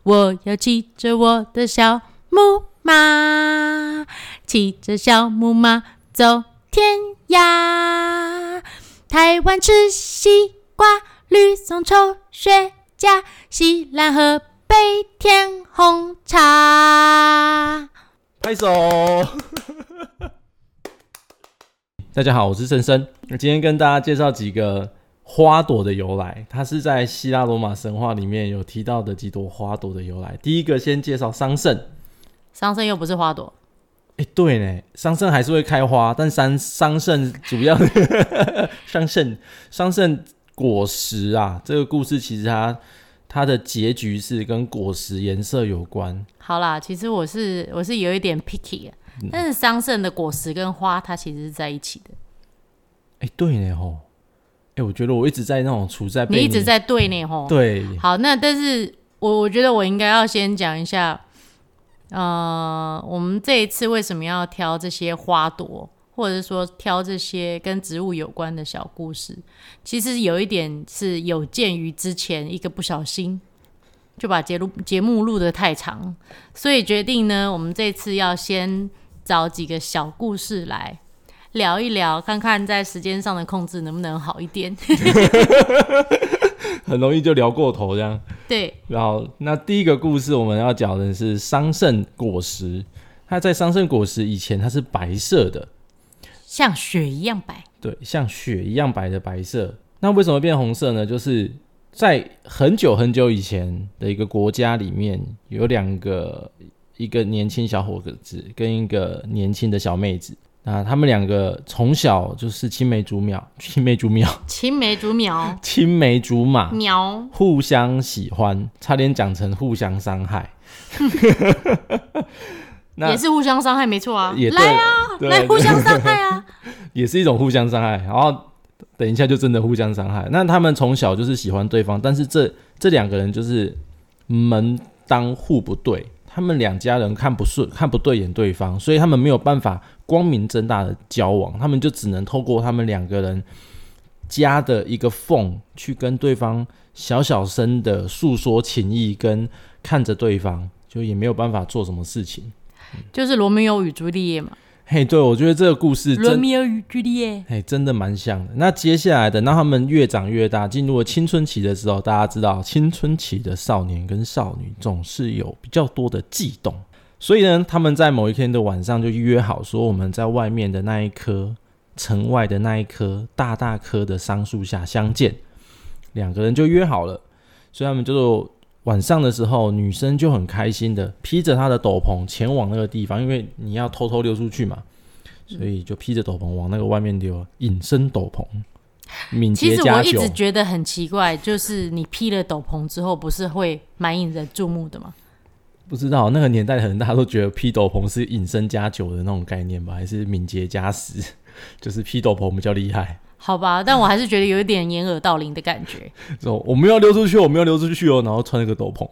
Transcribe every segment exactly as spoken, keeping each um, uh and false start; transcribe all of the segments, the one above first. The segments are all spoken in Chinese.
我要骑着我的小木马，骑着小木马走天涯。台湾吃西瓜，绿松抽雪茄，西兰喝杯甜红茶。 拍手！大家好，我是森森。今天跟大家介绍几个花朵的由来，它是在希腊罗马神话里面有提到的几朵花朵的由来。第一个先介绍桑葚。 桑葚又不是花朵。 哎，对呢，桑葚还是会开花，但桑桑葚主要桑葚桑葚果实啊，这个故事其实它它的结局是跟果实颜色有关。 好啦，其实我是我是有一点 picky 的、嗯、但是桑葚的果实跟花它其实是在一起的。 哎，对呢吼，哎，我觉得我一直在那种处在被 你, 你一直在对呢吼。 对， 好，那但是我我觉得我应该要先讲一下，呃，我们这一次为什么要挑这些花朵，或者说挑这些跟植物有关的小故事。其实有一点是有鉴于之前一个不小心就把节, 节目录得太长，所以决定呢，我们这次要先找几个小故事来聊一聊，看看在时间上的控制能不能好一点。 很容易就聊过头这样。 对， 然后那第一个故事我们要讲的是桑葚果实。它在桑葚果实以前它是白色的， 像雪一样白。对， 像雪一样白的白色。那为什么变红色呢？就是在很久很久以前的一个国家里面，有两个，一个年轻小伙子跟一个年轻的小妹子。那他们两个从小就是青梅竹马，青梅竹马， 青梅竹马， 青梅竹马， 苗， 互相喜欢，差点讲成互相伤害。 也是互相伤害，没错啊。 也来啊，来互相伤害啊， 也是一种互相伤害。然后等一下就真的互相伤害。那他们从小就是喜欢对方，但是这这两个人就是门当户不对，他们两家人看不顺、看不对眼对方，所以他们没有办法光明正大的交往，他们就只能透过他们两个人家的一个缝去跟对方小小声的诉说情意，跟看着对方，就也没有办法做什么事情。 就是罗密欧与朱丽叶嘛。 嘿，对，我觉得这个故事罗密欧与朱丽叶， 嘿，真的蛮像的。那接下来等到他们越长越大，进入了青春期的时候，大家知道青春期的少年跟少女总是有比较多的悸动，所以呢，他们在某一天的晚上就约好说，我们在外面的那一棵城外的那一棵大大棵的桑树下相见。两个人就约好了，所以他们就晚上的时候，女生就很开心的披着她的斗篷前往那个地方，因为你要偷偷溜出去嘛，所以就披着斗篷往那个外面溜，隐身斗篷，敏捷加酒。 其实我一直觉得很奇怪，就是你披了斗篷之后，不是会蛮引人注目的吗？ 不知道那个年代可能大家都觉得披斗篷是隐身加酒的那种概念吧，还是敏捷加时，就是披斗篷比较厉害。 好吧，但我还是觉得有一点掩耳盗铃的感觉。 说我们要溜出去，我们要溜出去哦，然后穿那个斗篷，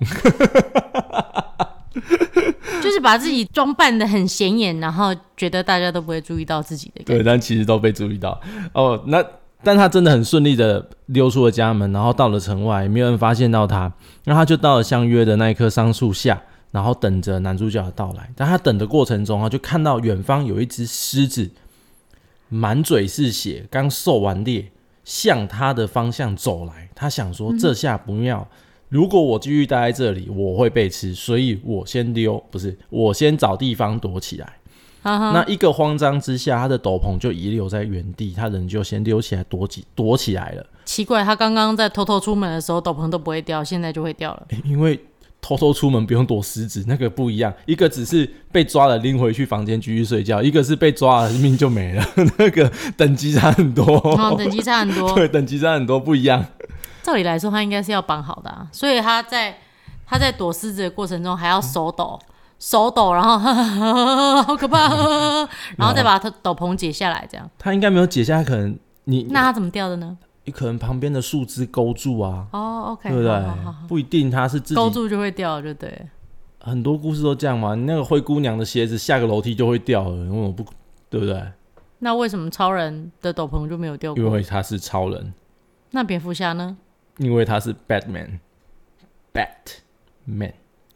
就是把自己装扮得很显眼，然后觉得大家都不会注意到自己的感觉。 对，但其实都被注意到哦。那但他真的很顺利的溜出了家门，然后到了城外，没有人发现到他，然后他就到了相约的那一棵桑树下，然后等着男主角的到来。但他等的过程中，他就看到远方有一只狮子，满嘴是血，刚狩完猎，向他的方向走来。他想说这下不妙，如果我继续待在这里，我会被吃，所以我先溜，不是，我先找地方躲起来。Uh-huh. 那一个慌张之下，他的斗篷就遗留在原地，他人就先溜起来 躲, 起躲起来了。 奇怪，他刚刚在偷偷出门的时候斗篷都不会掉，现在就会掉了。 因为偷偷出门不用躲狮子，那个不一样，一个只是被抓了拎回去房间继续睡觉，一个是被抓了命就没了，那个等级差很多。 哦，等级差很多。 对，等级差很多，不一样。 照理来说他应该是要绑好的啊，所以他在他在躲狮子的过程中还要手抖、嗯、手抖，然后呵呵呵好可怕呵呵，然后再把他斗篷解下来，这样。 他应该没有解下来，可能你那他怎么掉的呢？ 可能旁边的树枝勾住啊。 哦 ，OK， 对不对？ 好好好， 不一定他是自己勾住就会掉，就对。 很多故事都这样嘛，你那个灰姑娘的鞋子下个楼梯就会掉了，因为我不，对不对？ 那为什么超人的斗篷就没有掉过？ 因为他是超人。 那蝙蝠侠呢？ 因为他是 Batman，Batman，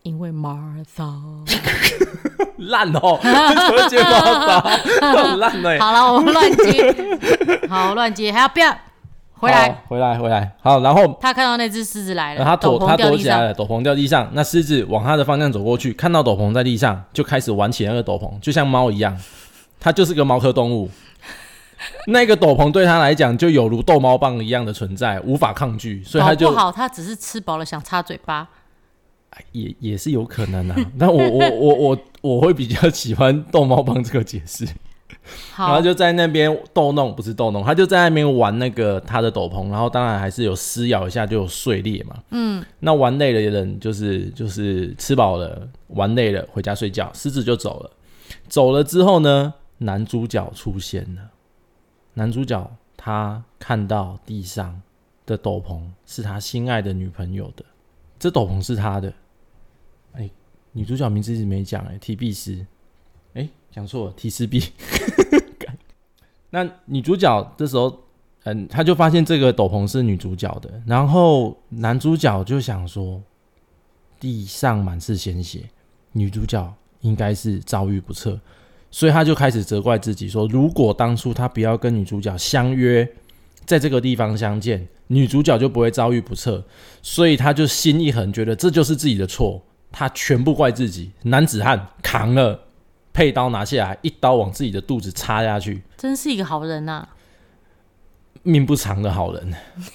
因为 Martha 烂哦，怎么接 Martha 烂了、欸。 好了，我乱接，好乱接，还要不要回来？ 回来，回来。好，然后他看到那只狮子来了， 他躲，他躲起来了， 了，斗篷掉地上。那狮子往他的方向走过去，看到斗篷在地上，就开始玩起那个斗篷，就像猫一样，它就是个猫科动物。那个斗篷对他来讲，就有如逗猫棒一样的存在，无法抗拒，所以他就搞不好他只是吃饱了想插嘴巴。 也也是有可能啊，但我我我我我会比较喜欢逗猫棒这个解释。然后就在那边逗弄，不是逗弄，他就在那边玩那个他的斗篷，然后当然还是有撕咬一下就有碎裂嘛。嗯，那玩累了的人就是就是吃饱了，玩累了回家睡觉，狮子就走了。走了之后呢，男主角出现了。男主角他看到地上的斗篷是他心爱的女朋友的，这斗篷是他的。哎，女主角名字一直没讲，哎，提碧斯，哎，讲错了，提斯碧。那女主角这时候，嗯，他就发现这个斗篷是女主角的，然后男主角就想说，地上满是鲜血，女主角应该是遭遇不测，所以他就开始责怪自己说，如果当初他不要跟女主角相约，在这个地方相见，女主角就不会遭遇不测，所以他就心一横，觉得这就是自己的错。他全部怪自己，男子汉扛了佩刀拿下来，一刀往自己的肚子插下去， 真是一个好人啊， 命不长的好人。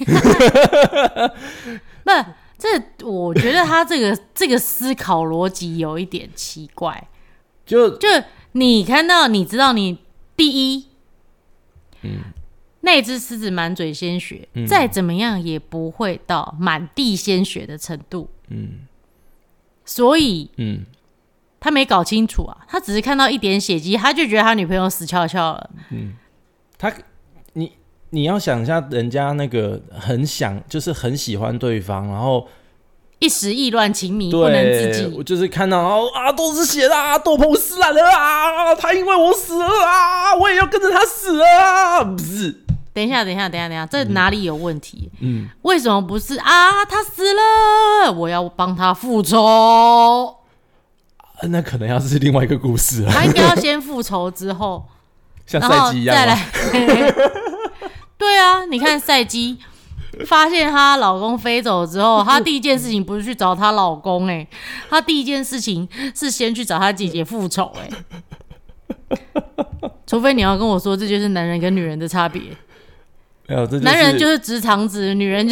不，这我觉得他这个这个思考逻辑有一点奇怪。 就就你看到，你知道你第一，嗯，那只狮子满嘴鲜血、嗯，再怎么样也不会到满地鲜血的程度，嗯。所以，嗯，他没搞清楚啊，他只是看到一点血迹，他就觉得他女朋友死翘翘了。嗯， 他，你你要想一下，人家那个很想，就是很喜欢对方，然后一时意乱情迷，不能自己。 我就是看到啊，都是血啊，斗篷撕烂了啊，他因为我死了啊，我也要跟着他死了啊，不是。 等一下，等一下，等一下，等一下，这哪里有问题？嗯，为什么不是啊？他死了，我要帮他复仇。 那可能要是另外一个故事了。 他应该要先复仇之后， 像赛基一样吗？ 再来。对啊，你看赛基发现她老公飞走之后，她第一件事情不是去找她老公、欸，哎，她第一件事情是先去找她姐姐复仇、欸，哎。除非你要跟我说，这就是男人跟女人的差别。 没有，这就是、 男人就是直肠子，女人就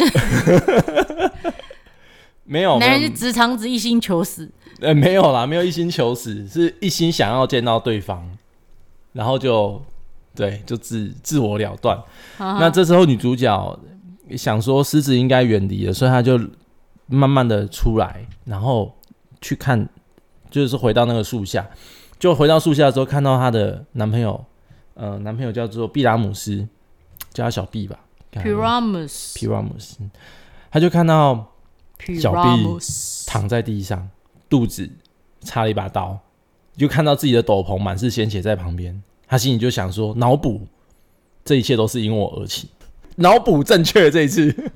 没有， 男人是直肠子，一心求死。 呃，没有啦，没有一心求死，是一心想要见到对方，然后就对，就自自我了断。那这时候女主角想说狮子应该远离了，所以她就慢慢的出来，然后去看，就是回到那个树下，就回到树下之后，看到她的男朋友，呃，男朋友叫做毕拉姆斯。叫他小毕吧 Pyramus Pyramus 他就看到小毕躺在地上，肚子插了一把刀，就看到自己的斗篷满是鲜血在旁边，他心里就想说，脑补这一切都是因我而起，脑补正确这一次。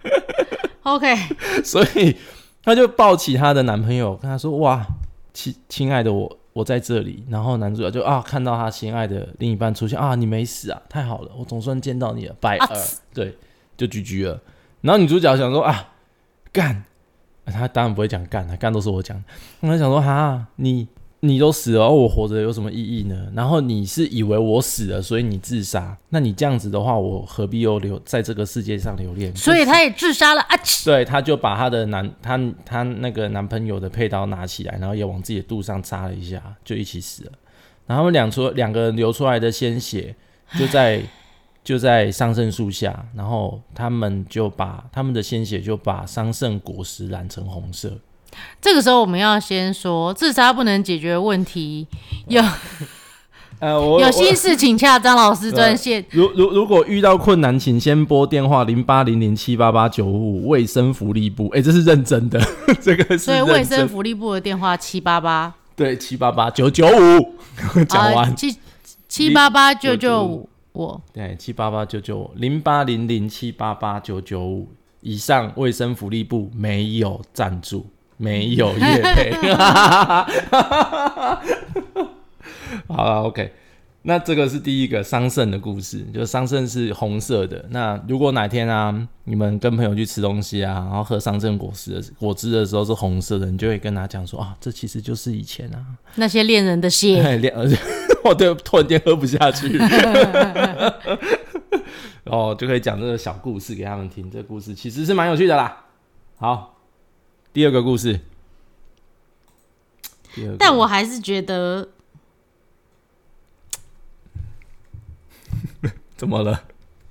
OK， 所以他就抱起他的男朋友跟他说，哇，亲爱的我我在这里。然后男主角就啊看到他心爱的另一半出现啊，你没死啊，太好了，我总算见到你了，拜二、啊、对，就 G G 了。然后女主角想说啊干、啊，他当然不会讲干，干都是我讲。他想说哈，你你都死了，我活着有什么意义呢？然后你是以为我死了，所以你自杀？那你这样子的话，我何必又留在这个世界上留恋？ 所以他也自杀了啊！ 对，他就把他的男他他那个男朋友的佩刀拿起来，然后也往自己的肚上插了一下，就一起死了。然后他们两出两个人流出来的鲜血，就在就在桑葚树下，然后他们就把他们的鲜血就把桑葚果实染成红色。 这个时候我们要先说，自杀不能解决问题，有呃、我有心事请洽张老师专线。 如如如果遇到困难，请先拨电话零八零零七八八九五五卫生福利部。哎，这是认真的，这个是认真。 所以卫生福利部的电话七八八， 对，七八八九九五。讲完七七八八九九五，我对七八八九九五零八零零七八八九九五。以上卫生福利部没有赞助。 没有业配。好了 ，OK。那这个是第一个桑葚的故事，就是桑葚是红色的。那如果哪天啊，你们跟朋友去吃东西啊，然后喝桑葚果汁的果汁的时候是红色的，你就会跟他讲说啊，这其实就是以前啊那些恋人的血。 我对，突然间喝不下去，然后就可以讲这个小故事给他们听。这个故事其实是蛮有趣的啦。好，第二个故事，第二个但我还是觉得。 怎么了？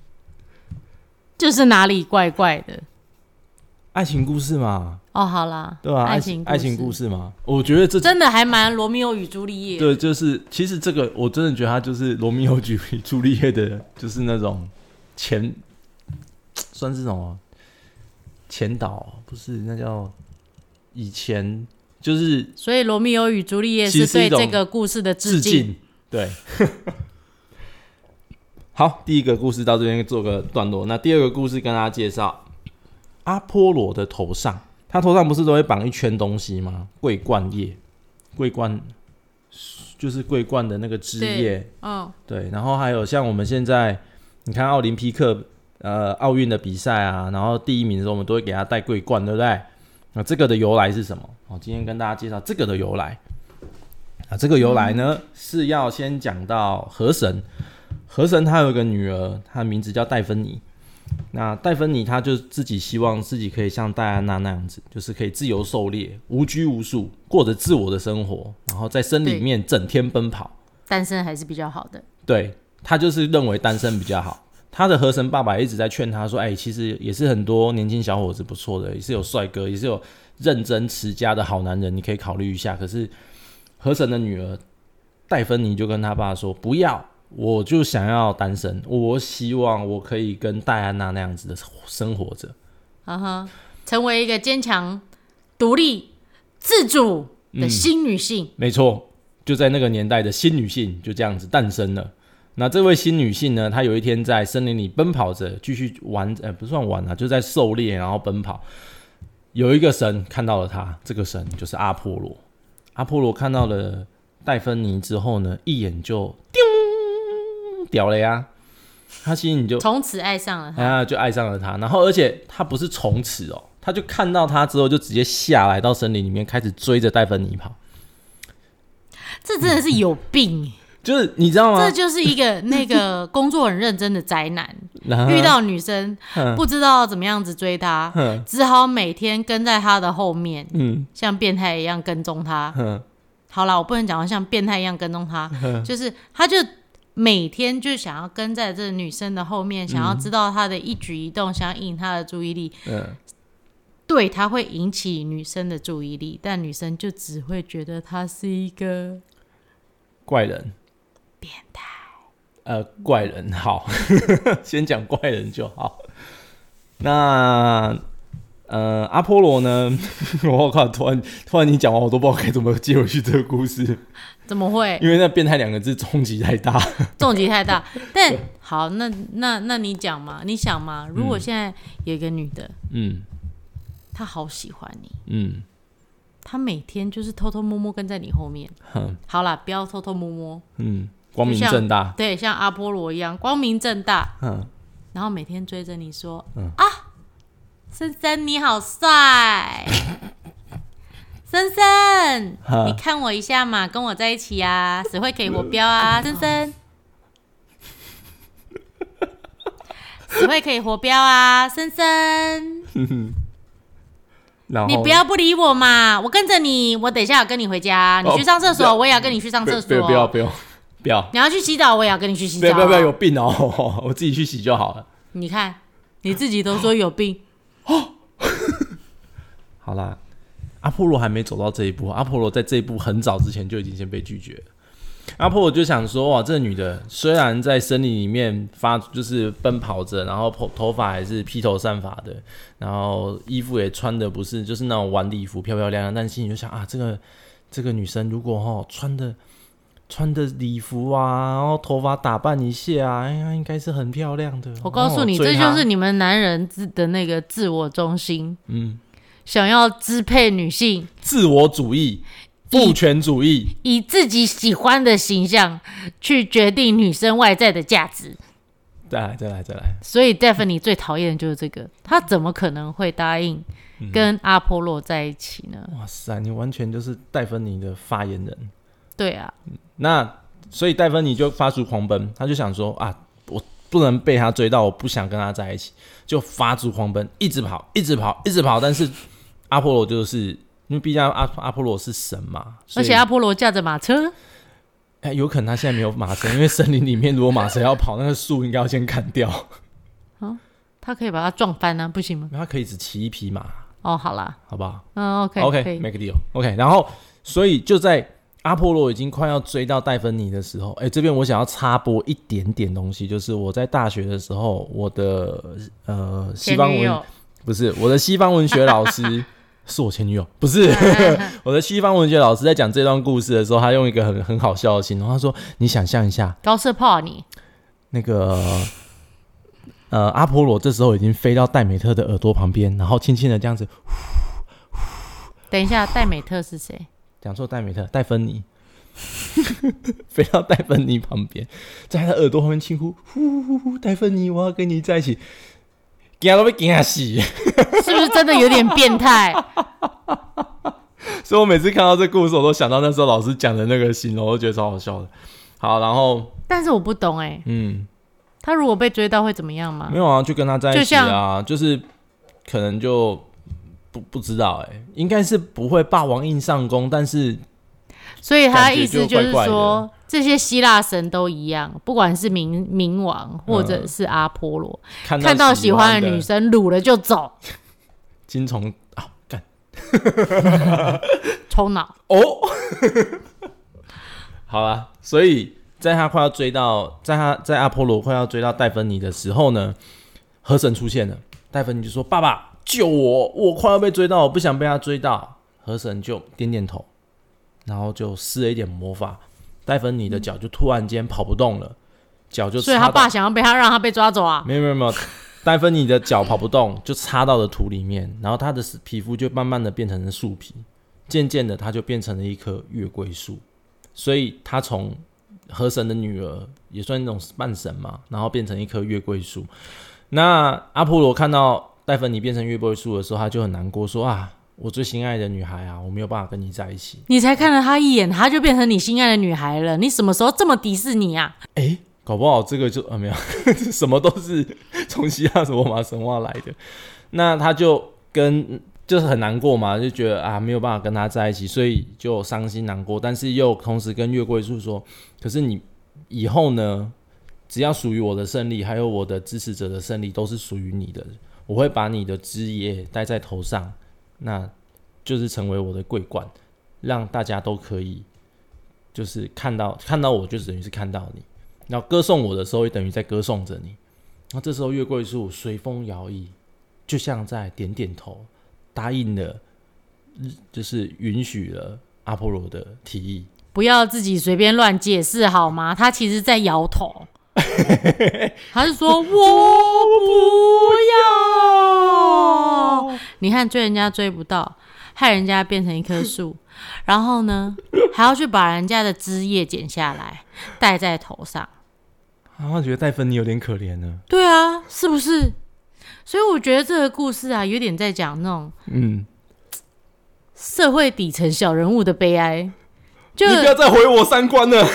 就是哪里怪怪的。 爱情故事嘛。 哦，好啦， 对啊， 爱情爱情故事嘛。我觉得这真的还蛮罗密欧与朱丽叶。 对，就是其实这个我真的觉得它就是罗密欧与朱丽叶的，就是那种前算是什么前导，不是那叫以前就是。 所以罗密欧与朱丽叶是对这个故事的致敬。致敬对。好，第一个故事到这边做个段落。那第二个故事跟大家介绍阿波罗的头上，他头上不是都会绑一圈东西吗？桂冠叶，桂冠就是桂冠的那个枝叶，嗯，对。然后还有像我们现在，你看奥林匹克呃奥运的比赛啊，然后第一名的时候，我们都会给他戴桂冠，对不对？那这个的由来是什么？我今天跟大家介绍这个的由来。啊，这个由来呢、嗯、是要先讲到河神。河神他有一个女儿，她的名字叫戴芬妮。那戴芬妮她就自己希望自己可以像戴安娜那样子，就是可以自由狩猎，无拘无束，过着自我的生活，然后在森林里面整天奔跑。 单身还是比较好的。 对，她就是认为单身比较好。她的河神爸爸一直在劝她说：“哎，其实也是很多年轻小伙子不错的，也是有帅哥，也是有认真持家的好男人，你可以考虑一下。”可是河神的女儿戴芬妮就跟他爸说：“不要。”我就想要单身，我希望我可以跟戴安娜那样子的生活着， 啊哈，成为一个坚强、独立、自主的新女性。 嗯、没错，就在那个年代的新女性就这样子诞生了。那这位新女性呢，她有一天在森林里奔跑着，继续玩，呃，不算玩啊，就在狩猎，然后奔跑。有一个神看到了她，这个神就是阿波罗。阿波罗看到了戴芬妮之后呢，一眼就叮。屌了呀！他心里就从此爱上了他， 啊，就爱上了他。然后，而且他不是从此哦，他就看到他之后，就直接下来到森林里面，开始追着戴芬妮跑。 这真的是有病、欸， 就是你知道吗？ 这就是一个那个工作很认真的宅男，遇到女生不知道怎么样子追她，只好每天跟在她的后面，嗯，像变态一样跟踪她。好啦，我不能讲像变态一样跟踪她，就是他就。每天就想要跟在这女生的后面，想要知道她的一举一动，想要引她的注意力。嗯，对，他会引起女生的注意力，但女生就只会觉得他是一个怪人、 变态。 呃，怪人好，先讲怪人就好。那呃，阿波罗呢？我靠，突然突然你讲完，我都不知道该怎么接回去这个故事。 怎么会？ 因为那变态两个字冲击太大， 重击太大。但好，那那那你讲嘛，你想嘛，如果现在有一个女的，嗯，她好喜欢你，嗯，她每天就是偷偷摸摸跟在你后面，嗯，好啦，不要偷偷摸摸，嗯， 光明正大， 对，像阿波罗一样光明正大，嗯，然后每天追着你说，嗯啊，森森你好帅。森森，你看我一下嘛，跟我在一起啊，谁会可以活标啊？森森，谁会可以活标啊？森森，你不要不理我嘛，我跟着你，我等一下要跟你回家，你去上厕所，哦、我也要跟你去上厕所。 不要不要不要， 你要去洗澡，我也要跟你去洗澡。不要不要不要，有病哦，我自己去洗就好了。 你看，你自己都说有病。 好啦。阿波罗还没走到这一步，阿波罗在这一步很早之前就已经先被拒绝了。阿波罗就想说，哇，这女的虽然在森林里面发就是奔跑着，然后头发还是披头散发的，然后衣服也穿的不是就是那种晚礼服漂漂亮亮，但心里就想啊，这个这个女生如果齁穿的穿的礼服啊，然后头发打扮一下啊，哎呀，应该是很漂亮的。 我告诉你，这就是你们男人的那个自我中心。嗯。 想要支配女性， 自我主义、父权主义， 以自己喜欢的形象去决定女生外在的价值。 再来，再来，再来。 所以 Daphne 最讨厌的就是这个，他怎么可能会答应跟阿波罗在一起呢？ 哇塞，你完全就是戴芬妮的发言人。 对啊， 那所以戴芬妮就发出狂奔，他就想说啊，我不能被他追到，我不想跟他在一起，就发出狂奔，一直跑，一直跑，一直跑。但是阿波罗就是因为毕竟 阿, 阿波罗是神嘛， 而且阿波罗驾着马车。 欸、有可能他现在没有马车，因为森林里面如果马车要跑，那个树应该要先砍掉。 啊，他可以把它撞翻啊，不行吗？ 他可以只骑一匹马。 哦，好啦， 好不好？ 嗯 ，OK OK， make a deal。OK， 然后所以就在阿波罗已经快要追到戴芬妮的时候，哎、欸，这边我想要插播一点点东西，就是我在大学的时候，我的呃西方文不是我的西方文学老师。是我前女友，不是我的西方文学老师在讲这段故事的时候，他用一个很很好笑的形容，他说：“你想象一下， 高射炮、啊、你那个呃阿波罗这时候已经飞到戴美特的耳朵旁边，然后轻轻的这样子。 等一下，戴美特是谁？ 讲错，戴美特，戴芬妮飞到戴芬妮旁边，在他的耳朵旁边轻呼：呼呼呼，戴芬妮，我要跟你在一起。”惊都被惊死， 是不是真的有点变态？ 所以我每次看到这故事，我都想到那时候老师讲的那个形容，我都觉得超好笑的。好，然后， 但是我不懂哎、欸，嗯，他如果被追到会怎么样吗？ 没有啊，就跟他在一起啊，就, 就是可能就不不知道哎、欸，应该是不会霸王硬上弓，但是， 所以他的意思就是说。这些希腊神都一样，不管是冥冥王或者是阿波罗、嗯，看到喜欢的女生掳了就走。 精虫啊，干， 抽脑哦。好啦，所以在他快要追到，在他在阿波罗快要追到戴芬妮的时候呢，河神出现了。戴芬妮就说：“爸爸，救我！我快要被追到，我不想被他追到。”河神就点点头，然后就施了一点魔法。戴芬妮的脚就突然间跑不动了，脚就插到， 所以他爸想要被他让他被抓走啊？ 没有没有没有，戴芬妮的脚跑不动，就插到了土里面，然后她的皮肤就慢慢的变成了树皮，渐渐的她就变成了一棵月桂树，所以她从河神的女儿也算那种半神嘛，然后变成一棵月桂树。那阿波罗看到戴芬妮变成月桂树的时候，他就很难过，说啊。我最心爱的女孩啊，我没有办法跟你在一起。 你才看了她一眼，她就变成你心爱的女孩了。你什么时候这么敌视你啊？ 哎、欸，搞不好这个就啊没有，什么都是从希腊罗马神话来的。那他就跟就是很难过嘛，就觉得啊没有办法跟他在一起，所以就伤心难过。但是又同时跟月桂树说，可是你以后呢，只要属于我的胜利，还有我的支持者的胜利，都是属于你的。我会把你的枝叶戴在头上。那就是成为我的桂冠，让大家都可以就是看到看到我，就等于是看到你，然后歌颂我的时候，也等于在歌颂着你。然后这时候月桂树随风摇曳，就像在点点头，答应了，就是允许了阿波罗的提议。 不要自己随便乱解释好吗？他其实在摇头。他是说我不要，你看追人家追不到，害人家变成一棵树，然后呢还要去把人家的枝叶剪下来戴在头上。 啊，我觉得戴芬妮有点可怜呢。 对啊，是不是？所以我觉得这个故事啊，有点在讲那种嗯社会底层小人物的悲哀。就你不要再毁我三观了。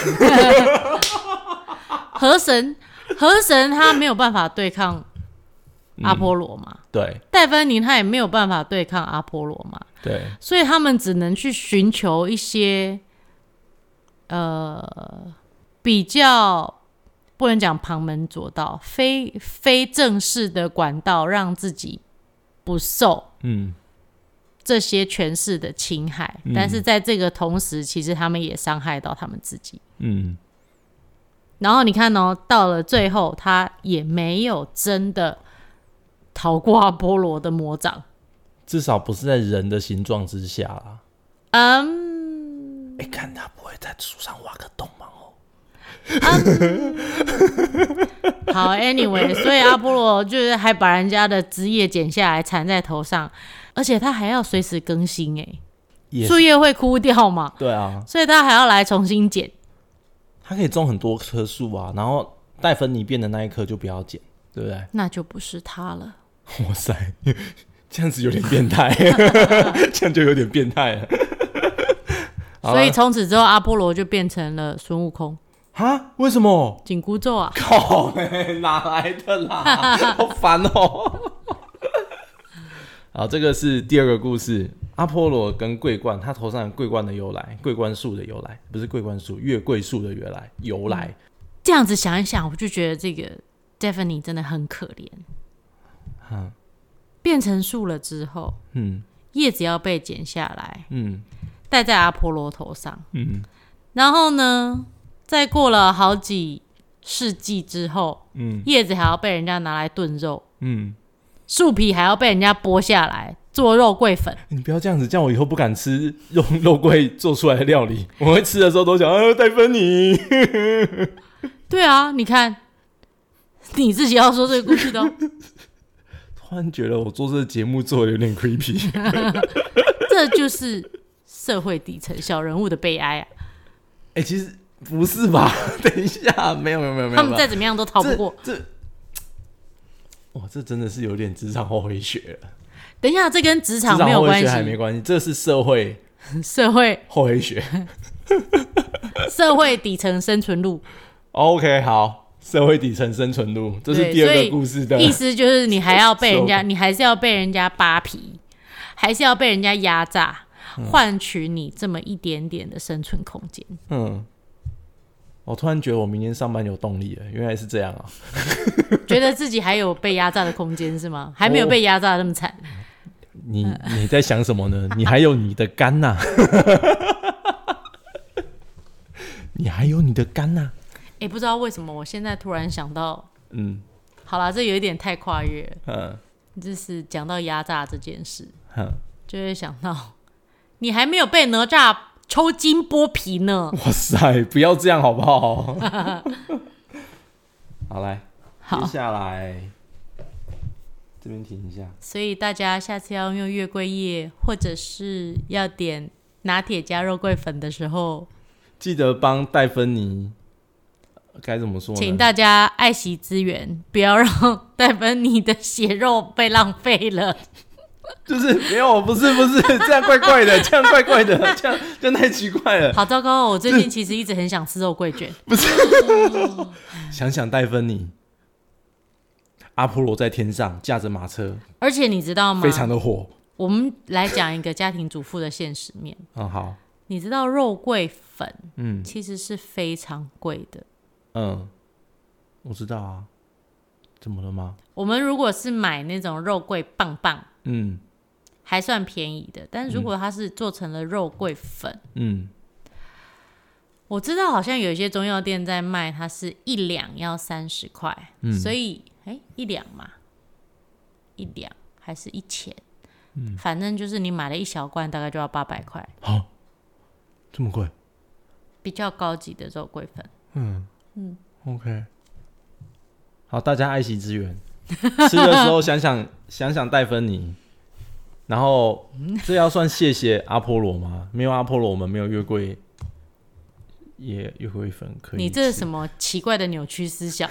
河神，河神他没有办法对抗阿波罗嘛、嗯？ 对。 戴芬妮他也没有办法对抗阿波罗嘛？ 对。 所以他们只能去寻求一些呃比较不能讲旁门左道，非非正式的管道，让自己不受嗯这些权势的侵害、嗯。但是在这个同时，其实他们也伤害到他们自己。嗯。然后你看哦，到了最后，他也没有真的逃过阿波羅的魔掌， 至少不是在人的形状之下啦。 嗯， 哎、欸，看他不会在树上挖个洞吗？哦， 嗯、好 ，anyway， 所以阿波羅就是还把人家的枝叶剪下来缠在头上， 而且它还要随时更新哎、 也树叶会枯掉嘛， 对啊， 所以它还要来重新剪。 它可以种很多棵树啊，然后戴芬妮变的那一棵就不要剪，对不对？ 那就不是它了。 哇塞，这样子有点变态，这样就有点变态了。 所以从此之后，阿波罗就变成了孙悟空。 啊？为什么？ 紧箍咒啊！ 靠、欸，哪来的啦？好烦哦。好，这个是第二个故事，阿波罗跟桂冠，他头上的桂冠的由来，桂冠树的由来，不是桂冠树，月桂树的由来由来、嗯。 这样子想一想，我就觉得这个 Daphne 真的很可怜。 嗯， 变成树了之后， 嗯， 叶子要被剪下来， 嗯， 戴在阿波罗头上， 嗯， 然后呢，再过了好几世纪之后，嗯，叶子还要被人家拿来炖肉，嗯，树皮还要被人家剥下来做肉桂粉。 你不要这样子，这样我以后不敢吃肉肉桂做出来的料理。我会吃的时候都想，啊，戴芬妮。 对啊，你看，你自己要说这个故事的、哦。 突然觉得我做这个节目做的有点 creepy。 这就是社会底层小人物的悲哀啊！ 哎、欸，其实不是吧？等一下，没有没有没有没有， 他们再怎么样都逃不过。 这，这哇，这真的是有点职场后悔学了。 等一下，这跟职场没有关系， 还没关系，这是社会社会后悔学， 社会底层生存路。 OK， 好。社会底层生存路，这是第二个故事的意思，就是你还要被人家，你还是要被人家扒皮，还是要被人家压榨，换、嗯、取你这么一点点的生存空间。嗯， 我突然觉得我明天上班有动力了，原来是这样啊！ 觉得自己还有被压榨的空间是吗？还没有被压榨的那么惨、哦。 你你在想什么呢？你还有你的肝呐、啊，你还有你的肝呐、啊。 哎、欸，不知道为什么，我现在突然想到，嗯，好啦，这有一点太跨越了，嗯，就是讲到压榨这件事，嗯，就会想到你还没有被哪吒抽筋剥皮呢。 哇塞，不要这样好不好？好，来，接下来这边停一下。 所以大家下次要用月桂叶，或者是要点拿铁加肉桂粉的时候， 记得帮戴芬妮。该怎么说呢？ 请大家爱惜资源，不要让戴芬妮的血肉被浪费了。 就是没有，不是不是这样怪怪的，这样怪怪的，这样这样太奇怪了。 好糟糕哦！我最近其实一直很想吃肉桂卷。 不是，想想戴芬妮，阿波罗在天上驾着马车， 而且你知道吗？ 非常的火。 我们来讲一个家庭主妇的现实面。 嗯，好。 你知道肉桂粉，嗯，其实是非常贵的。 嗯，我知道啊，怎么了吗？ 我们如果是买那种肉桂棒棒，嗯，还算便宜的。但是如果它是做成了肉桂粉，嗯，我知道好像有一些中药店在卖，它是一两要三十块，嗯，所以哎、欸，一两嘛，一两还是一千，嗯，反正就是你买了一小罐，大概就要八百块。 好，这么贵？ 比较高级的肉桂粉， 嗯。嗯 ，OK， 好，大家爱惜资源，吃的时候想想想想戴芬妮，然后这要算谢谢阿波罗吗？没有阿波罗，我们没有月桂也月桂粉可以吃。 你这是什么奇怪的扭曲思想？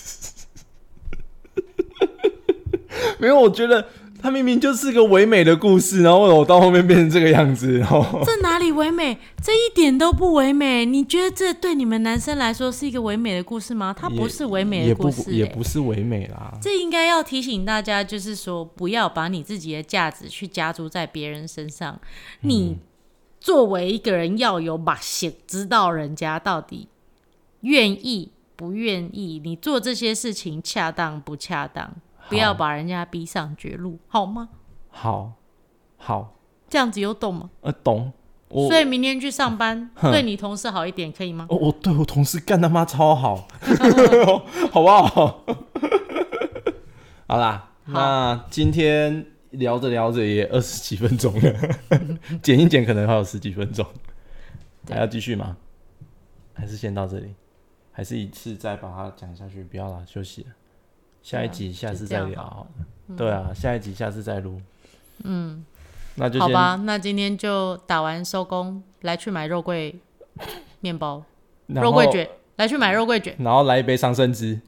没有，我觉得它明明就是个唯美的故事，然后我到后面变成这个样子，然后这哪里唯美？这一点都不唯美。你觉得这对你们男生来说是一个唯美的故事吗？它不是唯美的故事、欸， 也不也不是唯美啦。 这应该要提醒大家，就是说，不要把你自己的价值去加注在别人身上。嗯、你作为一个人，要有把心，知道人家到底愿意不愿意，你做这些事情恰当不恰当。不要把人家逼上绝路，好吗？ 好，好， 这样子有懂吗？ 呃，懂。 所以明天去上班，对你同事好一点，可以吗？ 我、哦、我对我同事干他妈超好，好不好？好啦，好，那今天聊着聊着也二十几分钟了，剪一剪可能还有十几分钟，还要继续吗？还是先到这里？还是一次再把它讲下去？不要啦，休息了。下一集下次再聊、嗯、对啊，下一集下次再录。 嗯， 那就好吧，那今天就打完收工，来去买肉桂面包、肉桂卷，来去买肉桂卷， 然后来一杯桑葚汁，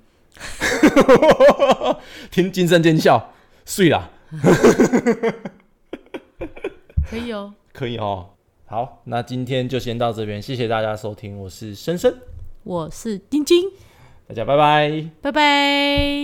听惊声尖笑，睡啦， 可以哦， 可以哦。好，那今天就先到这边，谢谢大家收听，我是深深， 我是丁丁， 大家拜拜， 拜拜。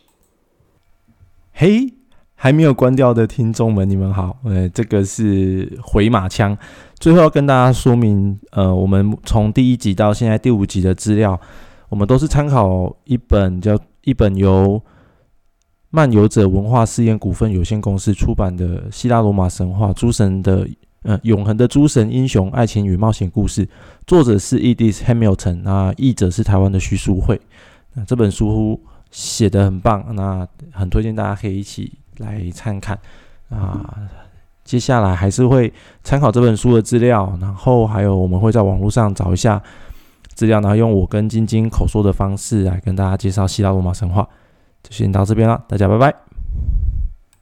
嘿，还没有关掉的听众们，你们好，呃，这个是回马枪。最后要跟大家说明，呃，我们从第一集到现在第五集的资料，我们都是参考一本叫一本由漫游者文化事业股份有限公司出版的希腊罗马神话诸神的呃永恒的诸神英雄爱情与冒险故事，作者是 Edith Hamilton， 那译者是台湾的徐淑慧。那这本书写得很棒，那很推荐大家可以一起来参看啊。接下来还是会参考这本书的资料，然后还有我们会在网络上找一下资料，然后用我跟晶晶口说的方式来跟大家介绍希腊罗马神话。就先到这边了，大家拜拜。